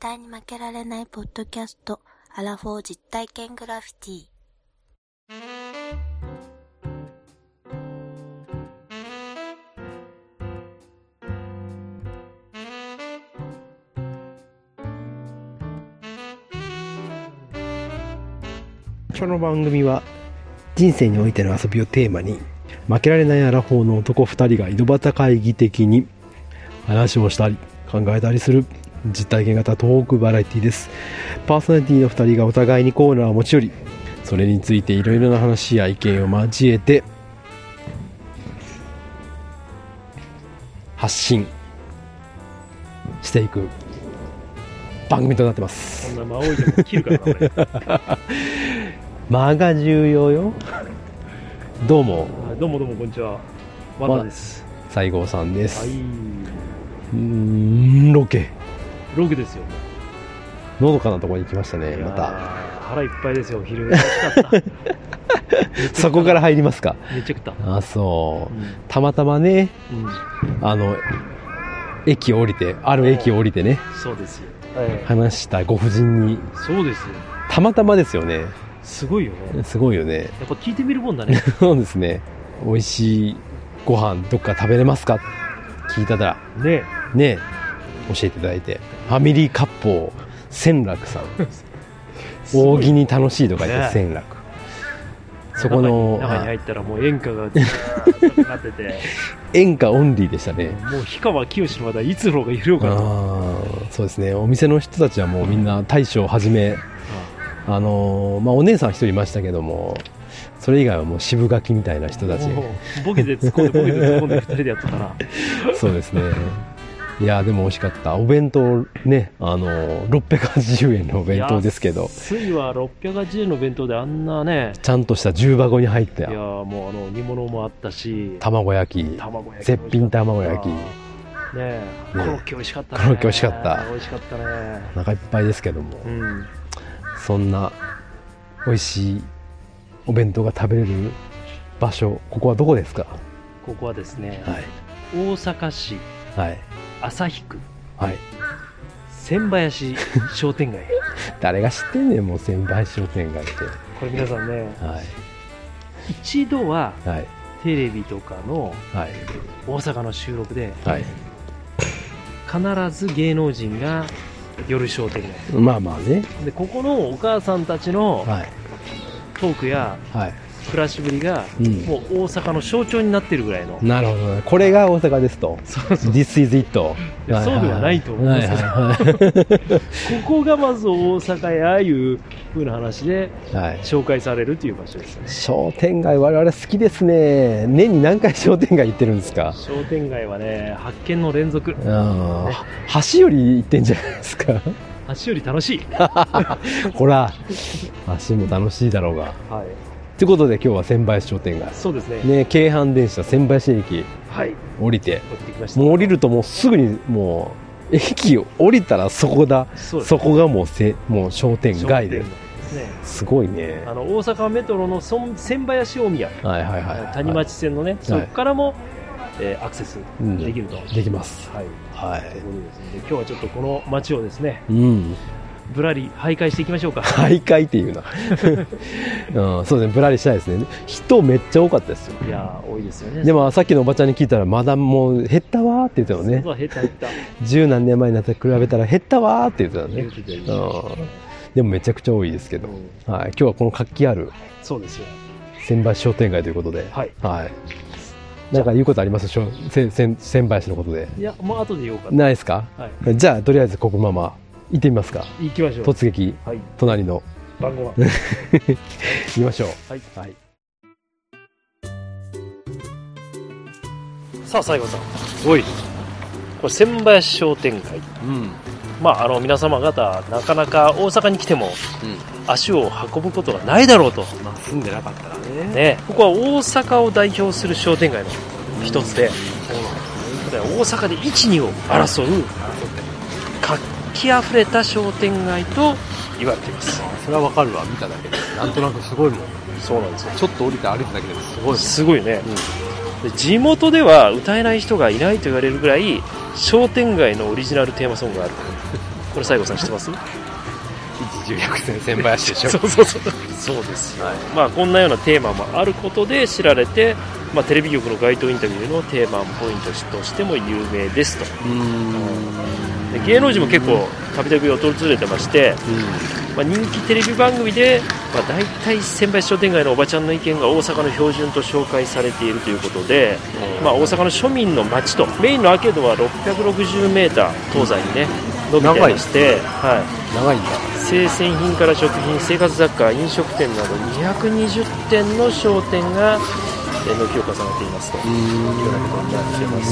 対に負けられないポッドキャスト、アラフォー実体験グラフィティ。 この番組は人生においての遊びをテーマに負けられないアラフォーの男2人が井戸端会議的に話をしたり考えたりする実体験型トークバラエティです。パーソナリティの2人がお互いにコーナーを持ち寄り、それについていろいろな話や意見を交えて発信していく番組となってます。 そんな魔王でも切るからな俺間が重要よ。どうもどうもこんにちは、和田です。 西郷さんです。 はい、 ロケですよ。 のどかなところに来ましたね。また腹いっぱいですよ。昼美味しかったそこから入りますか。 めっちゃ食った。 あ、そう、たまたまね、駅降りてね、 そうですよ、 話したご婦人に。 そうですよ、 たまたまですよね。 すごいよね。 すごいよね。 やっぱ聞いてみるもんだねそうですね。美味しいご飯どっか食べれますか聞いたらね教えていただいて、ファミリー割烹仙楽さん扇に楽しいとか言って仙楽、そこの中に入ったらもう演歌がずーっとかかってて演歌オンリーでしたね。 もう氷川きよしのまだいつろうがいるよかと。 そうですね。お店の人たちはもうみんな大将をはじめ、お姉さん一人いましたけども、それ以外はもう渋柿みたいな人たち。 ボケで突っ込んで2人でやってたなそうですね。いやでも美味しかった。お弁当ね、680円のお弁当ですけど、 安いは680円の弁当であんなね、 ちゃんとした重箱に入ったいやもう煮物もあったし、 卵焼き絶品卵焼きね、 コロッケ美味しかったね。 コロッケ美味しかった。 美味しかったね。 お腹いっぱいですけども、そんな美味しいお弁当が食べれる場所、ここはどこですか？ ここはですね、大阪市旭区千林商店街誰が知ってんねん、もう千林商店街って。 これ皆さんね、一度はテレビとかの大阪の収録で必ず芸能人が寄る商店街。まあまあね。でここのお母さんたちのトークや暮らしぶりがもう大阪の象徴になってるぐらいの。なるほどね。これが大阪ですと。This is it。そうではないと思うんですけど、ここがまず大阪やいう風な話で紹介されるという場所ですね。商店街我々好きですね。年に何回商店街行ってるんですか？商店街はね、発見の連続。橋より行ってんじゃないですか？橋より楽しいほら、橋も楽しいだろうが。ということで今日は千林商店街。そうですね。京阪電車千林駅降りて、もう降りるともうすぐにもう駅を降りたらそこだ。そこがもう商店街です。すごいね。大阪メトロの千林大宮、谷町線のね、そこからもアクセスできると。できます。ということですので、今日はちょっとこの街をですね、ぶらり徘徊していきましょうか。徘徊っていうなそうですね、ぶらりしたいですね。人めっちゃ多かったですよ。いや多いですよね。でもさっきのおばちゃんに聞いたら、まだもう減ったわーって言ってたのね。そう、減った十何年前になって比べたら減ったわーって言ってたのね。でもめちゃくちゃ多いですけど、今日はこの活気ある千林商店街ということで、なんか言うことあります？千林のことで。いや、もう後で言おうかな。ないですか？じゃあとりあえずここまま行ってみますか。行きましょう。突撃、隣の番号は行きましょう。さあ西郷さん、おい、これ千林商店街、皆様方なかなか大阪に来ても足を運ぶことがないだろうと、住んでなかったらね。ここは大阪を代表する商店街の一つで、大阪で 1,2 を争う活気あふれた商店街と言われています。それはわかるわ、見ただけで。なんとなくすごいもん。そうなんですよ。ちょっと降りて歩いただけですごい。すごいね。で地元では歌えない人がいないと言われるぐらい商店街のオリジナルテーマソングがあるこれ西郷さん知ってます？ 一重百戦千林でしょ。 そうですよ、はい、まあこんなようなテーマもあることで知られて、まあ、テレビ局の街頭インタビューのテーマポイントとしても有名ですと。で芸能人も結構たびたび訪れてまして、まあ、人気テレビ番組で、まあ、大体千林商店街のおばちゃんの意見が大阪の標準と紹介されているということで、まあ、大阪の庶民の街と、メインのアーケードは660メーター東西にね伸びてまして、はい、 長いんだ。 生鮮品から食品、生活雑貨、飲食店など220店の商店が軒を重ねていますというようなことになってます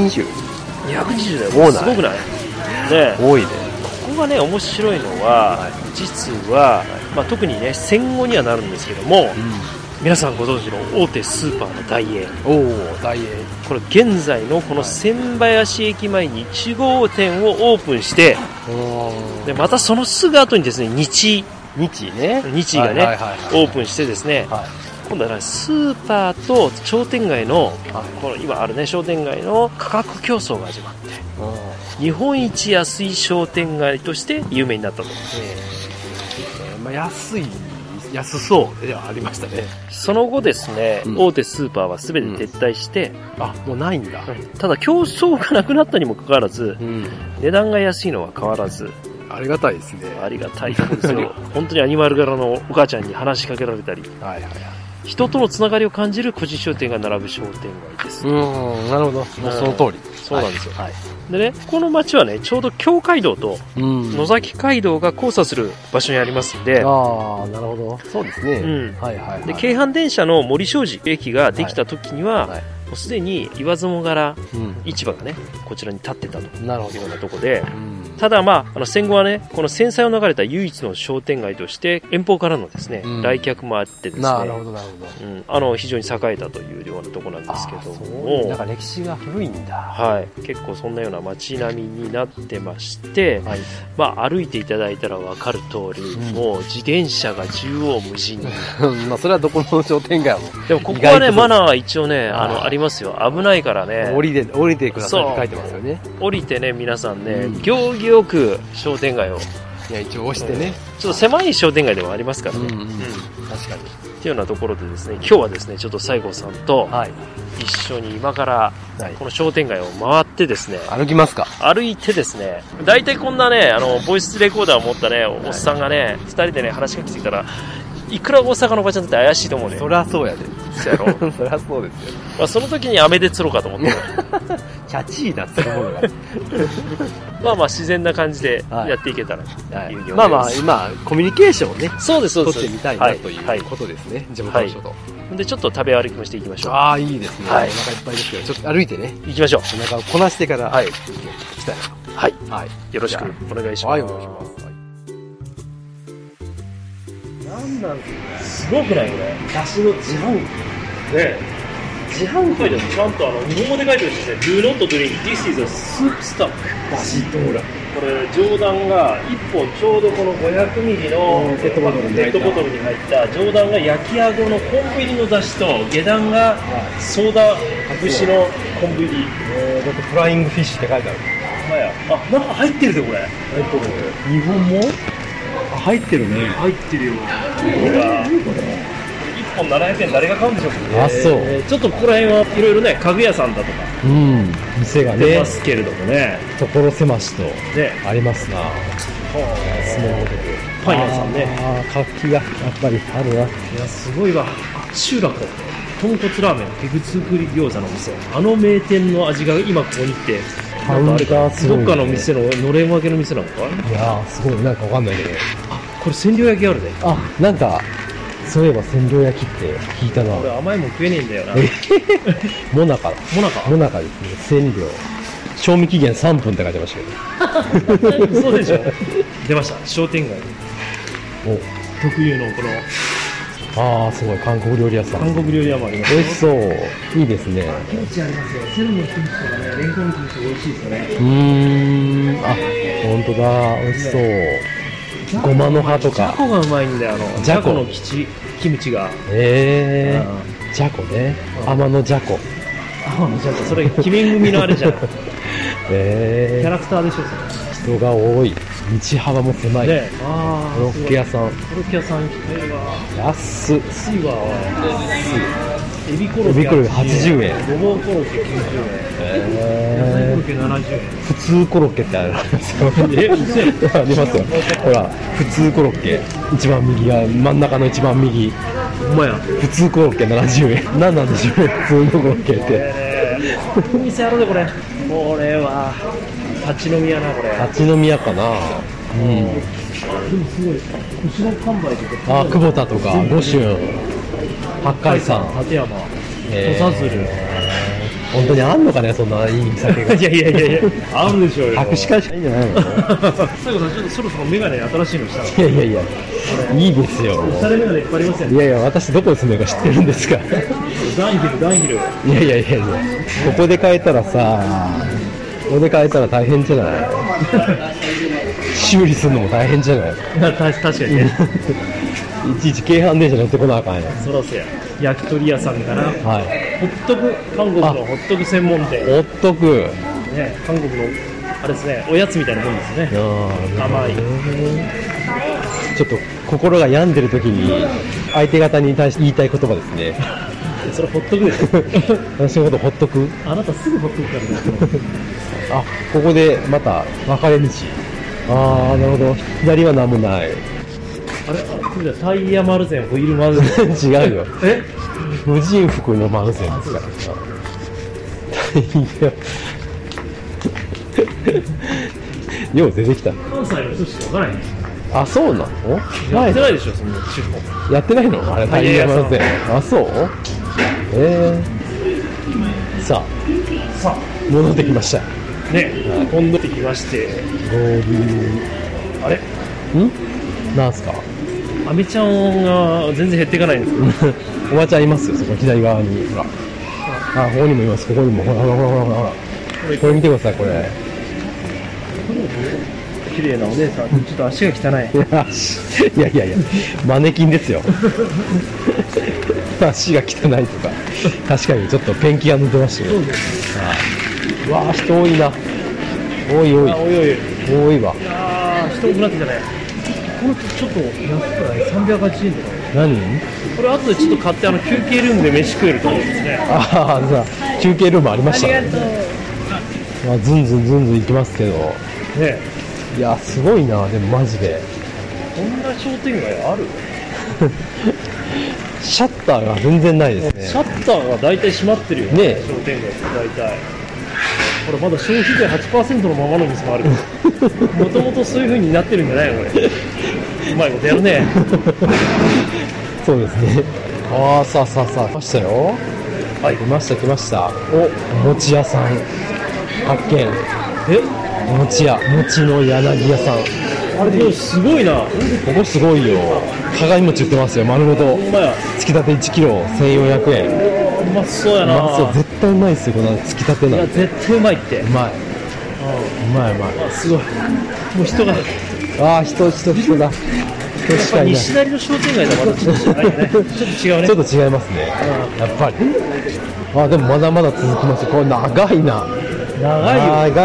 。220だよ。すごくない？ね、 多いね。 ここがね面白いのは、実は、まあ、特にね戦後にはなるんですけども、皆さんご存知の大手スーパーのダイエー。 ダイエー。 これ現在のこの千林駅前に1号店をオープンして、でまたそのすぐ後にですね日がね、オープンしてですね、今度は、ね、スーパーと商店街の、この今あるね商店街の価格競争が始まって、日本一安い商店街として有名になったと。 まあ、安そうではありましたね。 その後ですね、大手スーパーは全て撤退して、 もうないんだ。 ただ競争がなくなったにもかかわらず、値段が安いのは変わらず、 ありがたいですね。 ありがたいところですよ。本当にアニマル柄のお母ちゃんに話しかけられたり、人とのつながりを感じる個人商店が並ぶ商店街です。 なるほど。もうその通り。 そうなんですよ。でね、この町はね、ちょうど京街道と野崎街道が交差する場所にありますんで、 なるほど。そうですね。 で、京阪電車の森小路駅ができた時には、もうすでに言わずもがら市場がね、こちらに立ってたというようなとこで、ただまあ、戦後はね、この戦災を流れた唯一の商店街として遠方からのですね、来客もあってですね、非常に栄えたというようなところなんですけども、 なんか歴史が古いんだ。 結構そんなような街並みになってまして、まあ歩いていただいたら分かる通り、もう自転車が縦横無尽に。 まあそれはどこの商店街も。 でもここはね、マナーは一応ね、ありますよ。危ないからね。 降りてくださいって書いてますよね。 降りてね、皆さんね、行儀よく商店街を。 一応押してね。ちょっと狭い商店街でもありますからね。 確かに。 っていうようなところでですね、今日はですね、ちょっと西郷さんと、一緒に今から、この商店街を回ってですね、 歩きますか。 歩いてですね、大体こんなね、ボイスレコーダーを持ったね、おっさんがね、二人でね、話しかけてきたら、いくら大阪のおばちゃんだって怪しいと思うね。 そりゃそうやで。 そうやろ。 そりゃそうですよ。 まあ、その時に飴で釣ろうかと思って。 キャッチーな釣るものが。 まあまあ自然な感じでやっていけたらという、 まあまあ今コミュニケーションをね、 そうです取ってみたいなということですね。地元の人と。 でちょっと食べ歩きもしていきましょう。 いいですね。お腹いっぱいですけど、ちょっと歩いてね。 行きましょう。 お腹をこなしてから、行きたいな。よろしくお願いします。 お願いします。 なんなんすごくないこれ。だしの自販機。ね。自販機でもちゃんと日本語で書いてるんですね。Do not drink. This is a soup stock. だしとほら。これ上段が1本ちょうどこの500ミリのペットボトルに入った上段が焼きあごの昆布入りのだしと下段がソーダ節の昆布入り。 だってフライングフィッシュって書いてある。 中入ってるぜこれ。 入ってる。日本も入ってるね。 入ってるよ。1本700円誰が買うんでしょうか。 そう。 ちょっとここら辺はいろいろね家具屋さんだとか店がね出ますけれどもね、 所狭しとありますな。 パン屋さんね。 活気がやっぱりあるわ。 いやすごいわ。集落だって豚骨ラーメン手作り餃子の店、名店の味が今ここに来て、なんかあれかどっかの店ののれん分けの店なのか。 いやすごいなんかわかんないけど、 これ千両焼きあるね。 なんかそういえば千両焼きって聞いたな。 俺甘いもん食えねえんだよな。 もなかですね。千両賞味期限3分って書いてましたけど。そうでしょ。出ました商店街特有のこのすごい韓国料理屋さん。 韓国料理屋もあります。 美味しそう。いいですね。 キムチありますよ。セロのキムチとかね、レンコンキムチ美味しいですよね。 本当だ。美味しそう。ごまの葉とか。 じゃこがうまいんだよ。じゃこのキムチが。 じゃこね。天のじゃこ。 それ鬼面組のあれじゃん。 ャラクターでしょ、 人が多い。道幅も狭い。 ね、 コロッケ屋さん。 コロッケ屋さん行きたいわ。 安っ。 安いわ。エビコロッケ 80円。 ごぼうコロッケ90円。野菜コロッケ70円。 普通コロッケってありますよ。ありますよ。ほら、普通コロッケ。一番右が、真ん中の一番右。 ほんまや。 普通コロッケ70円。何なんでしょう、普通のコロッケって。 お店やろうで、これ。これは、立ち飲みやな、これ。 立ち飲み屋かな。うん。 でもすごい。牛の完売とか。 久保田とか、五春、八海山、 立山、土佐鶴。 本当にあんのかね、そんないい酒が。 いやいやいやいや、あるでしょうよ。 100しかないんじゃないの。 最後さん、ちょっとそろそろメガネ新しいのしたいやいやいや、いいですよ。 おしゃれメガネいっぱいありますよね。 いやいや、私どこに住んでるか知ってるんですか。 ダンヒル。 いやいやいやいや、ここで買えたらさ、ここで買えたら大変じゃない。修理するのも大変じゃない。 確かにね。 いちいち京阪電車乗ってこなあかんやん。 そらせや。焼き鳥屋さんかな。 はい。 ホットク、韓国のホットク専門店。 ホットク。 ね、韓国のあれですね、おやつみたいなもんですね。甘い。 ちょっと心が病んでる時に相手方に対して言いたい言葉ですね。 それほっとくでしょ。 私のことほっとく。 あなたすぐほっとくからね。 あ、ここでまた分かれ道。ああ、なるほど。左は何もない。 あれ、タイヤ丸善、ホイール丸善。 違うよ。婦人服の丸善ですからさ。よう出てきた。 関西の人しか分からない。 あ、そうなの？ やってないでしょ、そんな地方。 やってないの？あれ、タイヤ丸善。あ、そう？さあ、戻ってきました。 ね、戻ってきまして。あれ？ なんすか？ アメちゃんが全然減っていかないんですけど。 おばちゃんいますよ、そこ左側に。ほら。あ、ここにもいます。ここにも。ほら。これ見てください、これ。 綺麗なお姉さん、ちょっと足が汚い。 いや、マネキンですよ。足が汚いとか。確かにちょっとペンキが塗ってましたよ。うわー、人多いな。多い。多いわ。 いやー、人多くなってきたね。これちょっと安くない？380円とか。 何？ これ後でちょっと買って休憩ルームで飯食えると思うんですね。 ああ、じゃあ休憩ルームありましたね。 ありがとう。 まあ、ずんずん行きますけど。 ね。 いや、すごいな、でもマジで。 こんな商店街ある？ シャッターが全然ないですね。 シャッターが大体閉まってるよね。商店街って大体。これまだ消費税 8% のままの店もあるけど。もともとそういう風になってるんじゃないのこれ。うまいことやるね。 そうですね。ああ、さあ。来ましたよ。はい、来ました。お、餅屋さん。発見。餅の柳屋さん。 あれ、すごいな。 ここすごいよ。鏡餅売ってますよ、丸ごと。つきたて1キロ1400円。 うまそうやな。 うまそう、絶対うまいですよ、このつきたてなんて。 いや、絶対うまいって。 うまい。 すごい。もう人が。 ああ、人だ。人しかいない。 西成の商店街とはまたちょっと違うね。ちょっと違うね。 ちょっと違いますね。やっぱり。あ、でもまだまだ続きますよ。これ長いな。長い。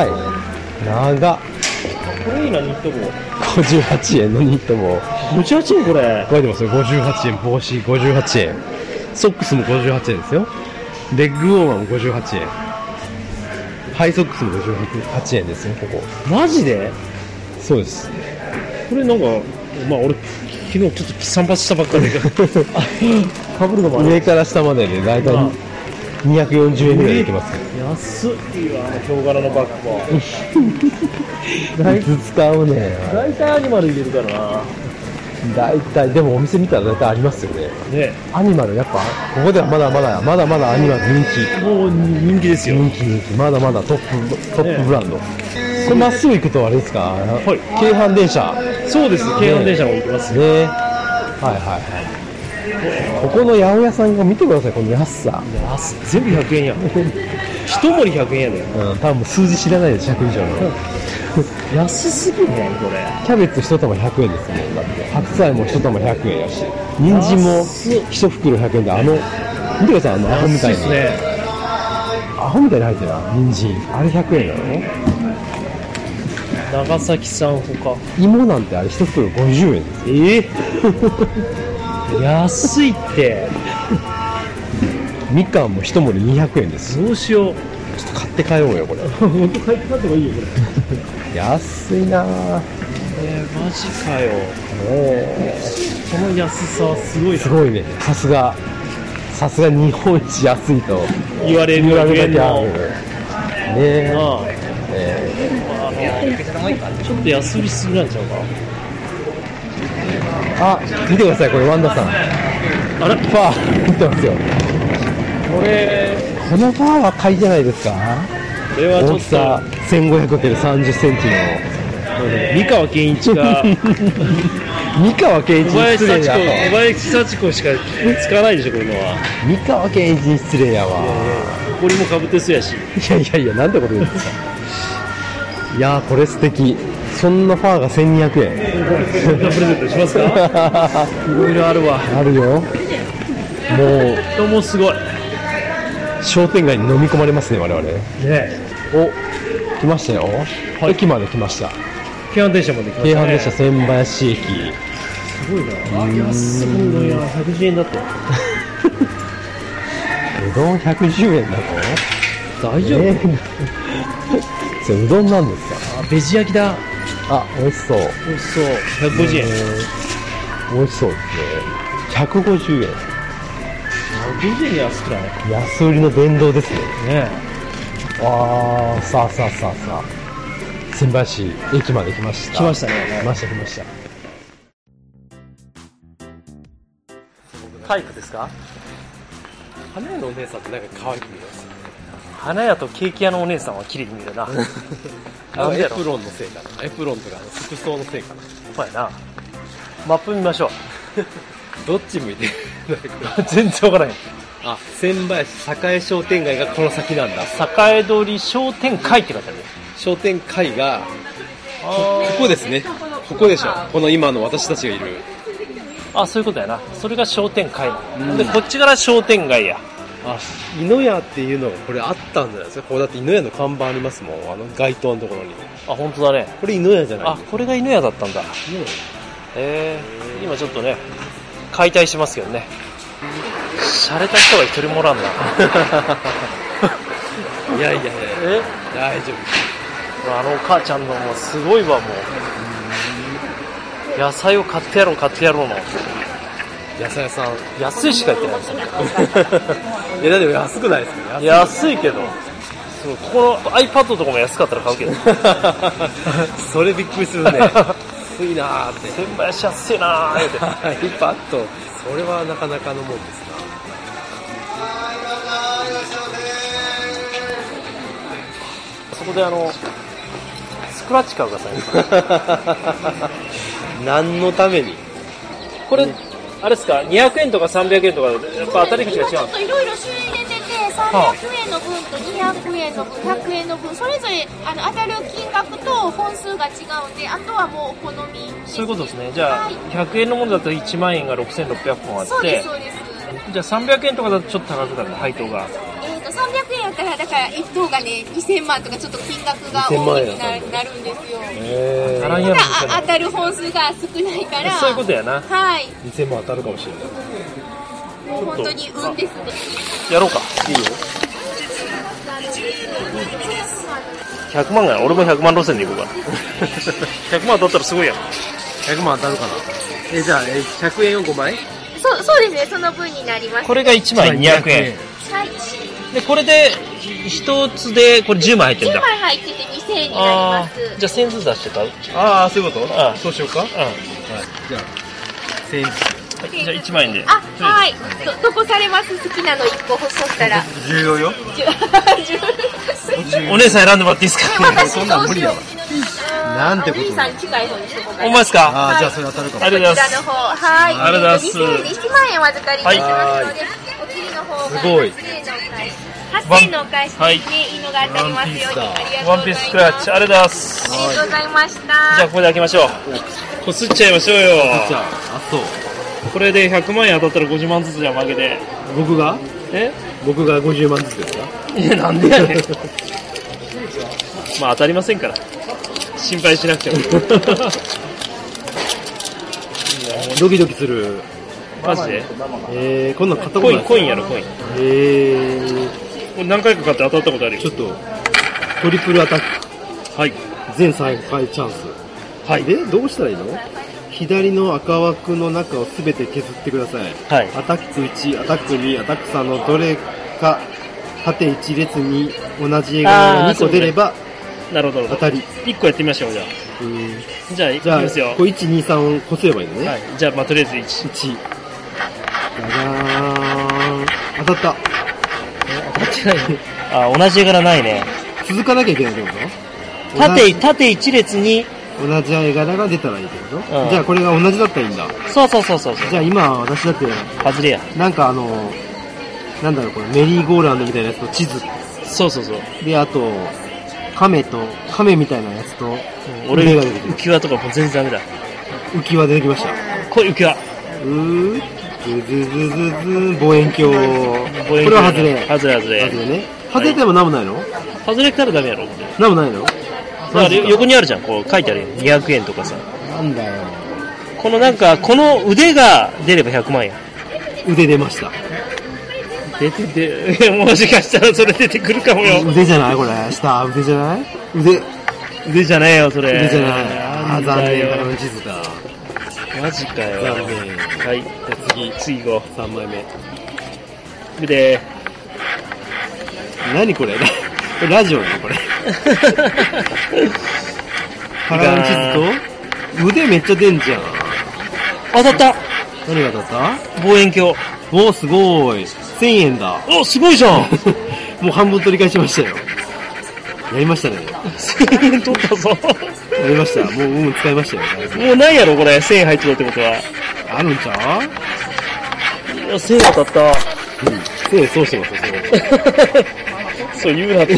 これいいな、ニット帽。 58円のニット帽。 58円これ。 書いてますよ。58円。帽子58円。ソックスも58円ですよ。レッグウォーマーも58円。ハイソックスも58円ですよ、ここ。 マジで？ そうです。 これなんか、まあ俺、昨日ちょっと散髪したばっかりで。かぶるのもある。 上から下まででだいたい240円ぐらいできます。 安いわ、ヒョウ柄のバッグも。 いつ使うね。 大体アニマル入れるからな。 大体、でもお店見たら大体ありますよね。 ね。 アニマル、やっぱ、ここではまだまだアニマル人気。 もう人気ですよ。 人気。まだまだトップブランド。これまっすぐ行くとあれですか？はい。京阪電車。 そうです。京阪電車も行きますね。ここの八百屋さんが見てください、この安さ。 全部100円やん。一盛り100円やで。 多分数字知らないです、100以上の。 安すぎね、これ。 キャベツ1玉100円ですね。だって白菜も1玉100円やし、人参も1袋100円で、見てください、アホみたいに。アホみたいに入ってるな、人参。あれ100円なの？ 長崎産ほか。 芋なんてあれ1袋50円ですよ。 安いって。 みかんも1盛り200円です。 どうしよう。 ちょっと買って帰ろうよこれ。 本当買って帰った方がいいよこれ。安いなぁ。 マジかよ。この安さはすごいな。 すごいね。さすが日本一安いと言われるだけある。ねえ。 ちょっと安売りすぎなんちゃうか。 あ、見てくださいこれワンダさん。あれファー見てますよ。このファーは買いじゃないですか。 これはちょっと大きさ 1500×30 センチの三河健一が三河健一に失礼や。 小林幸子しか使わないでしょこういうのは。 三河健一に失礼やわ。 これもかぶってそうやし。 いやなんてこと言うんですか。いやこれ素敵。そんなファーが1200円。 プレゼントしますか。いろいろあるわ。 あるよ。もうすごい。 商店街に飲み込まれますね我々。ね。お、来ましたよ。駅まで来ました。 京阪電車まで来ましたね。 京阪電車千林駅。 すごいな。安いのや110円だって。 うどん110円だと。 大丈夫？ それうどんなんですか。 ベジ焼きだ。 あ、美味しそう。 美味しそう。150円。 美味しそうですね。150円。 150円安くない？ 安売りの殿堂ですね。 ねえ。さあ。千林駅まで来ました。 来ましたね。 来ました。 タイプですか？ 花屋のお姉さんってなんか可愛く見えますよね。 花屋とケーキ屋のお姉さんは綺麗に見えるな。 エプロンのせいかな。エプロンとか服装のせいかな。 そうやな。マップ見ましょう。 どっち向いてる全然わからへん。 あ、千林栄商店街がこの先なんだ。 栄通り商店会って書いてあるね。 商店会がここですね。ここでしょ。この今の私たちがいる。 あ、そういうことやな。それが商店会なの。でこっちから商店街や。 あ、井の屋っていうのがこれあったんじゃないですか。これだって井の屋の看板ありますもん。街灯のところに。 あ、本当だね。 これ井の屋じゃない。 あ、これが井の屋だったんだ。今ちょっとね解体しますけどね。洒落た人が一人もらんな。 いや大丈夫。あのお母ちゃんのもうすごいわ。もう野菜を買ってやろうの。 野菜屋さん安いしか言ってないですよ。 いやだって安くないですか。 安いけど、ここの iPad とかも安かったら買うけど。 それびっくりするね。安いなーって。 千林安いなーって。 iPad それはなかなかのもんですな。 そこでスクラッチ買うください。 何のためにこれ、あれですか、200円とか300円とかやっぱ当たり口が違う。 ちょっといろいろ種類出てて、300円の分と200円の分、100円の分、それぞれ当たる金額と本数が違うんで、あとはもうお好みです、ね。 そういうことですね。じゃあ、100円のものだと1万円が6600本あって、 そうですそうです。 じゃあ300円とかだとちょっと高くなるの、配当が。 300円やったらだから1等がね2000万とかちょっと金額が多いになるんですよ。ただ当たる本数が少ないから。 そういうことやな。 はい。 2000万当たるかもしれない。 もう本当に運ですね。 やろうか。いいよ。100万が俺も100万路線でいこうか。100万当たったらすごいやん。 100万当たるかな。じゃあ100円を5枚。 そうですね。その分になります、ね。 これが1枚200円。 はい。 でこれで一つでこれ10枚入ってるんだ。 10枚入ってて2000円になります。 じゃあ1000円ずつ出して買う。 ああそういうこと。 ああそうしようか。 うん。 はい。じゃあ1000円ずつ。 じゃあ1万円で。 あ、はい。どこされます？好きなの1個欲しかったら。 重要よ。 お姉さん選んでもらっていいですか？ そんなん無理やわ。なんてこと。 お兄さんに近い方にしてもらって。 お前ですか？ あ、じゃあそれ当たるかも。 ありがとうございます。 こちらの方、はい。 ありがとうございます。 1万円お預かりいたしますので、お次の方が8000円のお返しですね。いいのが当たりますように。ありがとうございます。 ワンピーススクラッチ、ありがとうございます。 ありがとうございました。 じゃあここで開けましょう。こすっちゃいましょうよ。 あ、そう。 これで100万円当たったら50万ずつじゃ負けで。 僕が50万ずつですか？ いや、なんでやねん。まあ当たりませんから。 心配しなくても。 ドキドキする。 マジで？ こんなん買ったことない。 コインやろ、コイン。これ何回か買って当たったことあるよ。 ちょっと、トリプルアタック。 はい。 全3回チャンス。 はい。 で、どうしたらいいの？左の赤枠の中をすべて削ってください。 はい。 アタック1、アタック2、アタック3のどれか、縦1列に同じ絵柄が2個出れば、 なるほど。 当たり。 1個やってみましょう、じゃあ。じゃあ、いきますよ。 これ1、2、3をこすればいいのね。 はい。じゃあ、まあ、とりあえず1。 1。じゃじゃーん。当たった。 当たってないね。あ、同じ絵柄ないね。 続かなきゃいけないってこと？ 縦1列に、 同じ絵柄が出たらいいってこと？じゃあこれが同じだったらいいんだ。 そう。 じゃあ今私だって、 外れや。 なんかなんだろうこれ、メリーゴーランドみたいなやつと地図。 そう。 で、あと、亀みたいなやつと、 俺が浮き輪とかもう全然ダメだ。 浮き輪出てきました。 これ浮き輪。 望遠鏡。これは外れ。 外れね。 外れてもなんもないの？ 外れたらダメやろ。 なんもないの？ だから横にあるじゃん、こう書いてあるよ。200円とかさ。 なんだよ。 このこの腕が出れば100万円。 腕出ました。 出て、もしかしたらそれ出てくるかもよ。 腕じゃないこれ。下、腕じゃない？ 腕じゃねえよ、それ。 腕じゃない。残念、この地図だ。 マジかよ。 残念。 はい。じゃあ次行こう。 3枚目。 腕。 何これラジオね、これ。腹の地図と腕めっちゃ出んじゃん。 当たった。 何が当たった？ 望遠鏡。 おー、すごい。1000円だ。 お、すごいじゃん。 もう半分取り返しましたよ。やりましたね。 1000円取ったぞ。 やりました。もう使いましたよ。 もうないやろ、これ。1000円入ってるってことは。 あるんちゃう ？1000円当たった。 1000円そうしてますよ、 そう言うなって。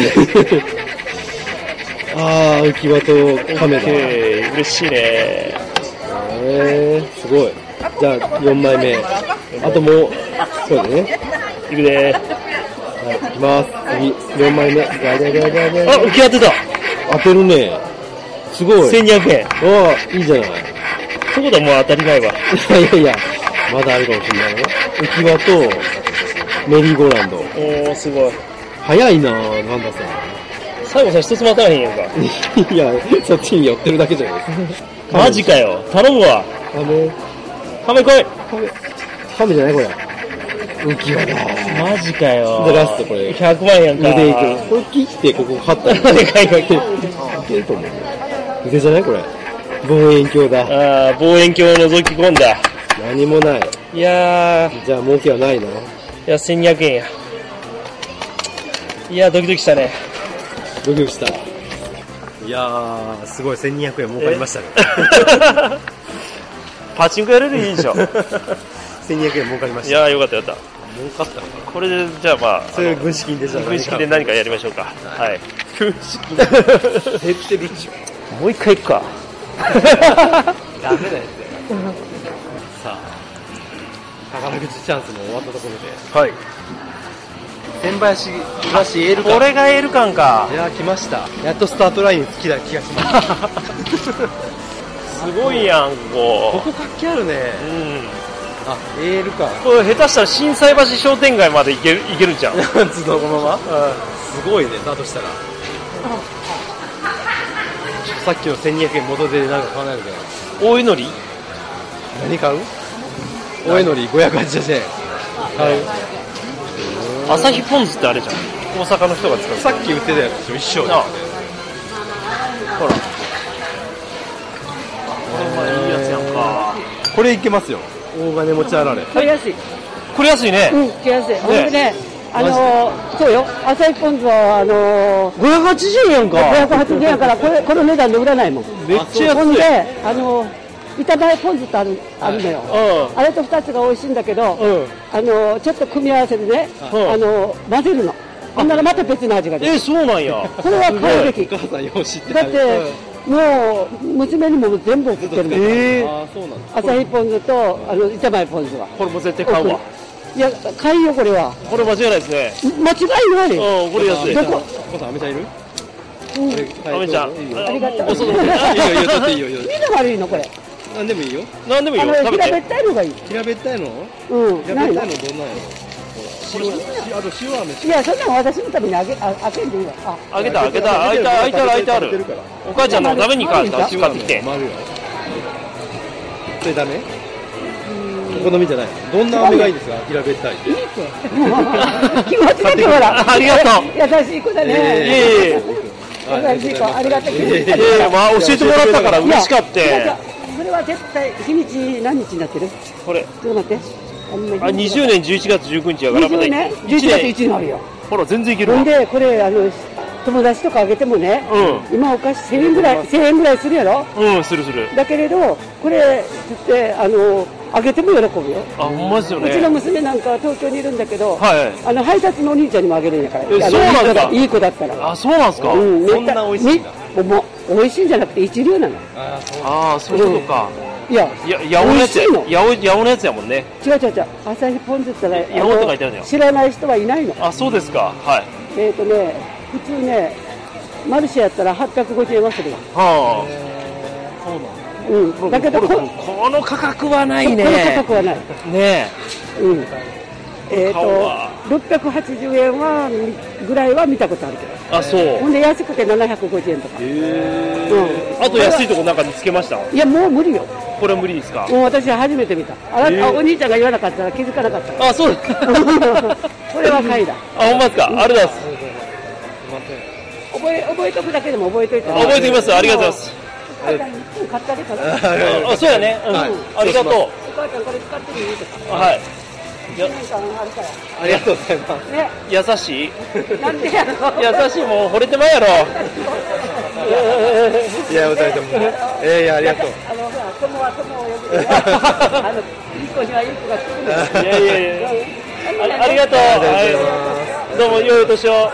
浮き輪とカメラ。 嬉しいね。 すごい。じゃあ4枚目。あともう、そうだね。 いくでー。 はい、いきます。次、4枚目。 あ、浮き当てた。 当てるね。すごい。 1200円。 いいじゃない。 そういうことはもう当たりないわ。 いや、まだあるかもしれないね。浮き輪と、メリーゴーランド。 すごい。 早いなぁ、なんださ。 最後さ、一つも当たらへんやんか。 いや、そっちに寄ってるだけじゃないですか。 マジかよ。頼むわ。カメ来い。 カメじゃないこれ。浮き輪だ。 マジかよ。 で、ラストこれ。 100万やんか。 腕いく。これ切って、ここ貼ったら。 でかい。いけると思う。腕じゃないこれ。望遠鏡だ。 望遠鏡を覗き込んだ。 何もない。 いやじゃあ儲けはないの？ いや、1200円や。いや、ドキドキしたね。 ドキドキした。いやー、すごい、1200円儲かりましたね。 パチンコやれるいいでしょ。 1200円儲かりました。 いやー、よかった。儲かったのかな。 これで、じゃあまあ。 それ軍資金でじゃあ軍資金で何かやりましょうか。はい。 軍資金減ってるでしょ。 もう一回行くか。 ダメなやつだよ。さあ、宝くじチャンスも終わったところで。はい。千林東エール感。 これがエール感か。 いやー来ました。やっとスタートライン来た気がします。 すごいやん、 ここ活気あるね。エールか。 これ下手したら心斎橋商店街まで行けるじゃん。 ずっとこのまま。すごいね。だとしたら。さっきの1200円元でなんか買わないのかな。 大江のり？ 何買う？大江のり580円。買う。 朝日ポン酢ってあれじゃん。大阪の人が使う。 さっき売ってたやつと一緒。ほら。 これいいやつやんか。 これいけますよ。大金持ちあられ。 これ安い。 これ安いね。 来やすい。ほんでね、そうよ。朝日ポン酢は 580円やんか。 580円やからこの値段で売らないもん。 めっちゃ安い。 ほんで板前ポン酢ってあるのよ。あれと2つが美味しいんだけど、ちょっと組み合わせでね、混ぜるの。ほんならまた別の味が出る。 そうなんや。 これは買うべき。 お母さんよう知ってだってもう娘にも全部送ってるもん。 そうなん朝日ポン酢と板前ポン酢は。 これも絶対買うわ。 いや買いよこれは。 これ間違いないですね。 間違いない。 これ安い。 どこ？ お母さんアメちゃんいる？ あめちゃん、 ありがとう。 いいよ、取っていいよ。 みんな悪いのこれ。 なんでもいいよ。 なんでもいいよ。食べ平べて。 ったいのがいい。 平べったいの？ うん。 平べったいのどんなんやろ？あと塩飴。 いや、そんなの私のために開けんでいいわ。 開けた。開いてある。お母ちゃんのために買ってきて。 それダメ？お好みじゃない。どんな飴がいいですか？平べったい。 いい子。気持ちだけほら。 ありがとう。 優しい子だね。優しい子、ありがとう。 まあ教えてもらったから嬉しかった。 これは絶対日にち何日になってる？ これ。 ちょっと待って。 20年11月19日やから 20年11月1日になるよ。 ほら全然いけるわ。 ほんでこれ友達とかあげてもね、今お菓子1000円ぐらいするやろ。 する。 だけれどこれってあげても喜ぶよ。 あ、ほんまですよね。 うちの娘なんか東京にいるんだけど、 はい。 配達のお兄ちゃんにもあげるんやから。 そうなんですか。 いい子だったら。 あ、そうなんですか。 そんな美味しいんだ。 もう美味しいんじゃなくて一流なの。 ああ、そういうことか。 いや、 八尾のやつや。八尾のやつやもんね。 違う。朝日ポン酢って八尾って書いてあるのよ。 知らない人はいないの。 あ、そうですか。はい。 普通ね、マルシェやったら850円はするわ。 はあ。 そうなんだ。だけどこの価格はないね。 この価格はない。 ねえ。680円はぐらいは見たことあるけど。 あ、そう。 ほんで安くて750円とか。 あと安いとこなんか見つけました？ いや、もう無理よ。 これは無理ですか？ もう私は初めて見た。お兄ちゃんが言わなかったら気づかなかった。 あ、そうです。 これは買いだ。 あ、ほんまですか？ありがとうございます。 覚えとくだけでも覚えといて。 覚えておきます。ありがとうございます。 買ってあげたら。 あ、そうやね。ありがとう。 お母ちゃんこれ使ってみるとか。 はい。 ありがとうございます。 ね。 優しい？ なんでやろ。 優しい、もう惚れてまうやろ。 いや、お二人とも。いや、ありがとう。 ほら、友は友を呼ぶ。いい子にはいい子が来るんだ。 いや。ありがとう。どうも、良いお年を。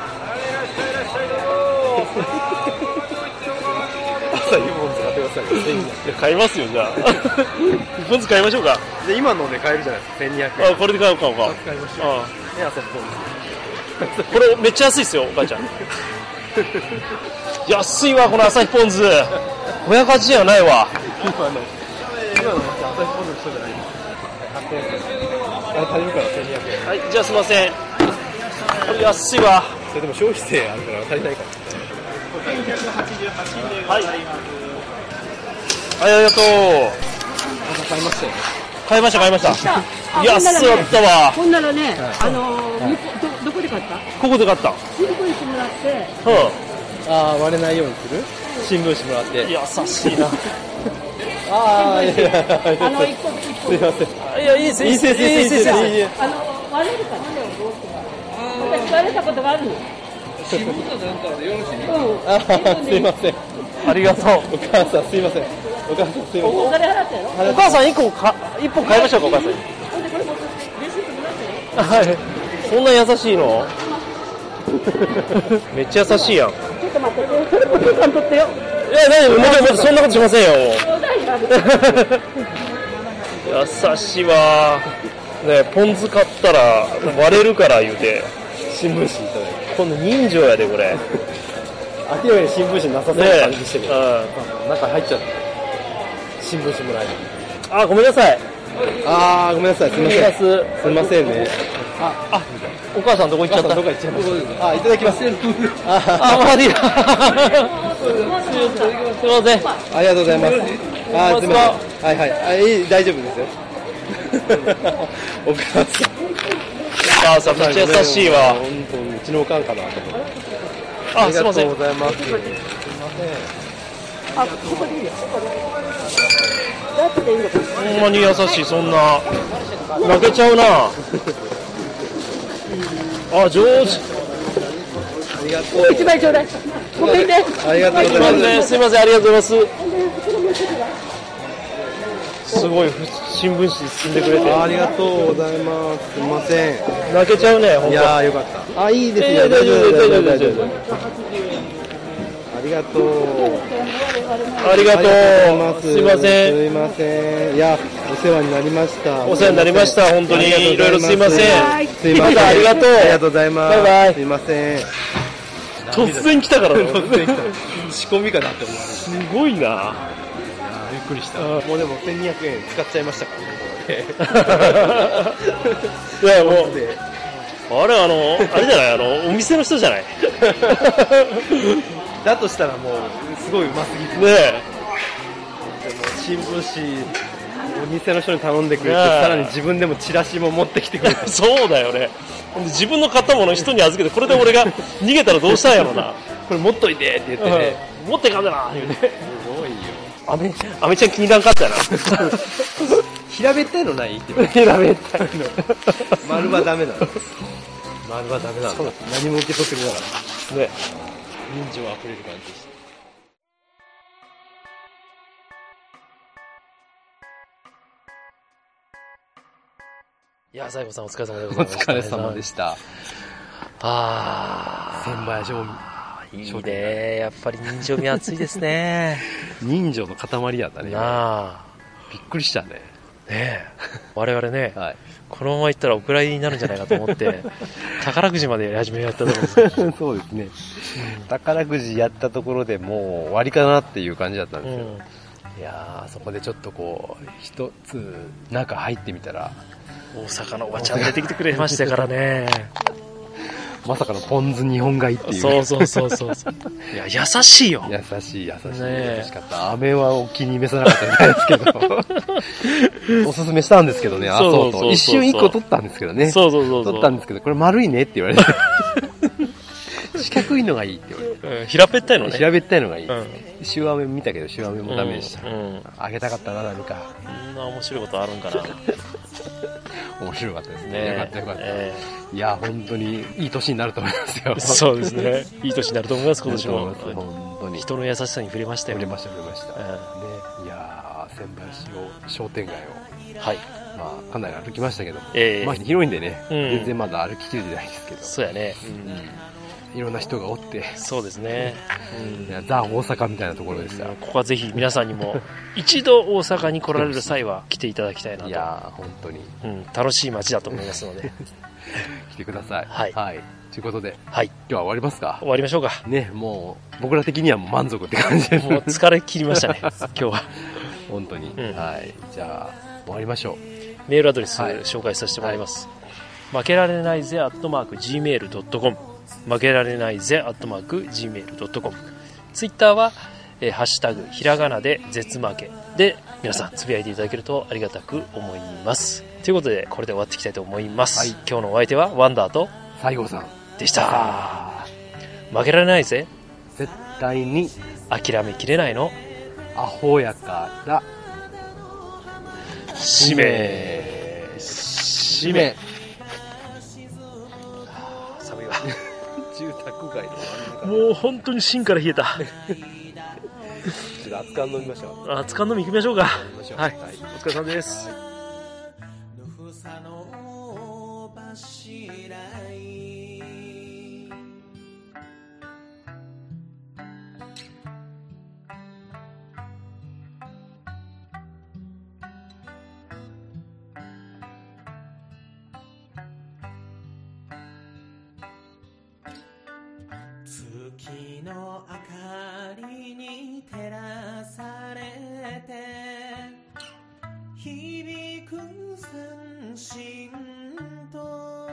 朝いいもん使ってください。 買いますよ、じゃあ。一本ずつ買いましょうか。 で、今ので買えるじゃないですか、1200円。 あ、これで買おうか。 買いましょう。朝これめっちゃ安いですよ、お母ちゃん。安いわ、この朝日ポン酢。580円はないわ。 今の朝日ポン酢の人じゃないです。足りるから1200円。 はい、じゃあすいません。これ安いわ。 それでも消費税あるから足りないから。 はい。ありがとう。 買いましたよ。 買いました。安かったわ。 こんなのね、どこで買った？ ここで買った。 新聞紙もらって。 割れないようにする？新聞紙もらって。 優しいな。 いや、 一個。 すいません。 いや、いいです。 割れるかな。私割れたことがあるの。 新聞かなんかでよろしい？すいません。 ありがとう。 お母さんすいません。お母さんすいません。 お金払ったやろ？ お母さん一本買いましょうか、お母さん。 ほんでこれもレシートもらったよ。 はい。そんな優しいの？めっちゃ優しいやん。 ちょっと待って、それも父さん取ってよ。 いや、もうそんなことしませんよ。優しいわ。ね、ポン酢買ったら割れるから言うて。 新聞紙いただいて。 今度人情やで、これ。 明らかに新聞紙なさそうな感じしてる。中入っちゃった。新聞紙もらえる。 あ、ごめんなさい。 ごめんなさい。すみません。すみませんね。 お母さんどこ行っちゃった？ どこ行っちゃいました？いただきます。 マジすいません。 ありがとうございます。すみません。大丈夫ですよ。お母さんめっちゃ優しいわ。 本当にうちのおかんかなと思って。 すみません。 ありがとうございます。すみません。 ここでいいよ。だっていいのか。 ほんまに優しい、そんな。泣けちゃうな。上手。 ありがとう。 一枚ちょうだい。ごめんね。 ありがとうございます。 すみません、ありがとうございます。すごい、新聞紙包んでくれて。 ありがとうございます。すみません。 泣けちゃうね、ほんと。 いやー、よかった。いいですよ。大丈夫。ありがとう。 ありがとう。すいません。 すいません。いや、お世話になりました。 お世話になりました。本当にいろいろすいません。 すいません。 ありがとう。 ありがとうございます。 バイバイ。 すいません。 突然来たから突然来た仕込みかなって思う。 すごいな。 びっくりした。もうでも1200円使っちゃいましたからね。 いやもうあれじゃないお店の人じゃないだとしたらもうすごいうますぎてねえ。 でも新聞紙お店の人に頼んでくれて、さらに自分でもチラシも持ってきてくれてそうだよね。自分の買ったものを人に預けて、これで俺が逃げたらどうしたんやろな。 これ持っといてって言ってね、 持ってかんだな言うて。 すごいよ。 アメちゃん気に入らんかったよな。 平べったいのないって言われて平べったいの丸はダメなの。丸はダメなの。何も受け取ってくれなかったね。人情あふれる感じでした。 いや、西郷さんお疲れ様でございました。 お疲れ様でした。千林町いいね。やっぱり人情味熱いですね。 人情の塊やったね。びっくりしたね。 ねえ。我々ね、このまま行ったらお蔵入りになるんじゃないかと思って、宝くじまでやり始めやったところです。 そうですね。宝くじやったところでもう終わりかなっていう感じだったんですよ。いやー、そこでちょっとこう、一つ中入ってみたら、 大阪のおばちゃん出てきてくれましたからね。 まさかのポン酢2本買いっていう。 そう。いや、優しいよ。 優しい。優しかった。飴はお気に召さなかったみたいですけど。おすすめしたんですけどね、そうと。一瞬1個取ったんですけどね。 そう。 取ったんですけど、これ丸いねって言われて。四角いのがいいって言われて。 平べったいのね。 平べったいのがいいですね。塩飴見たけど、塩飴もダメでした。あげたかったな、何か。 こんな面白いことあるんかな。 面白かったですね。よかった。いや、本当にいい年になると思いますよ。 そうですね。いい年になると思います、今年も。 本当に。 人の優しさに触れましたよ。 触れました。ね、いやー、千林商店街を。 はい。 まあ、かなり歩きましたけども。まあ、広いんでね、全然まだ歩ききれてないですけど。 そうやね。 いろんな人がおって。 そうですね。 ザ・大阪みたいなところでした。 ここはぜひ皆さんにも一度大阪に来られる際は来ていただきたいなと。 いやー、本当に。 楽しい街だと思いますので。 来てください。はい。ということで、今日は終わりますか？ 終わりましょうか。 ね、もう、僕ら的にはもう満足って感じで。 もう疲れ切りましたね、今日は。 本当に。はい。じゃあ、終わりましょう。 メールアドレス紹介させてもらいます。負けられないぜ@gmail.com。負けられないぜ@gmail.com。ツイッターは、ハッシュタグひらがなで絶負けで皆さんつぶやいていただけるとありがたく思います。ということでこれで終わっていきたいと思います。今日のお相手はワンダーと西郷さんでした。負けられないぜ、 絶対に諦めきれないのアホやから使命寒いわ住宅街の真ん中もう本当に芯から冷えた。 ちょっと熱燗飲みましょう。 熱燗飲み行きましょうか。はい、お疲れ様です。 月の明かりに照らされて響く三振と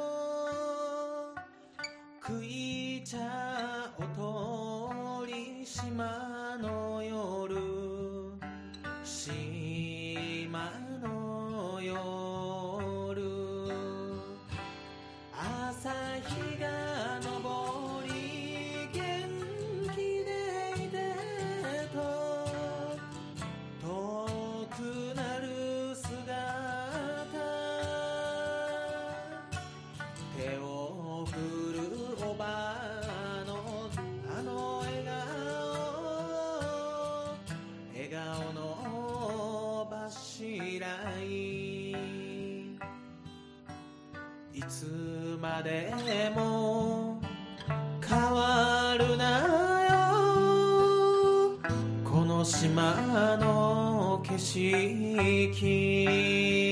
食い茶おとり島の夜島の夜朝日が昇りいつまでも変わるなよこの島の景色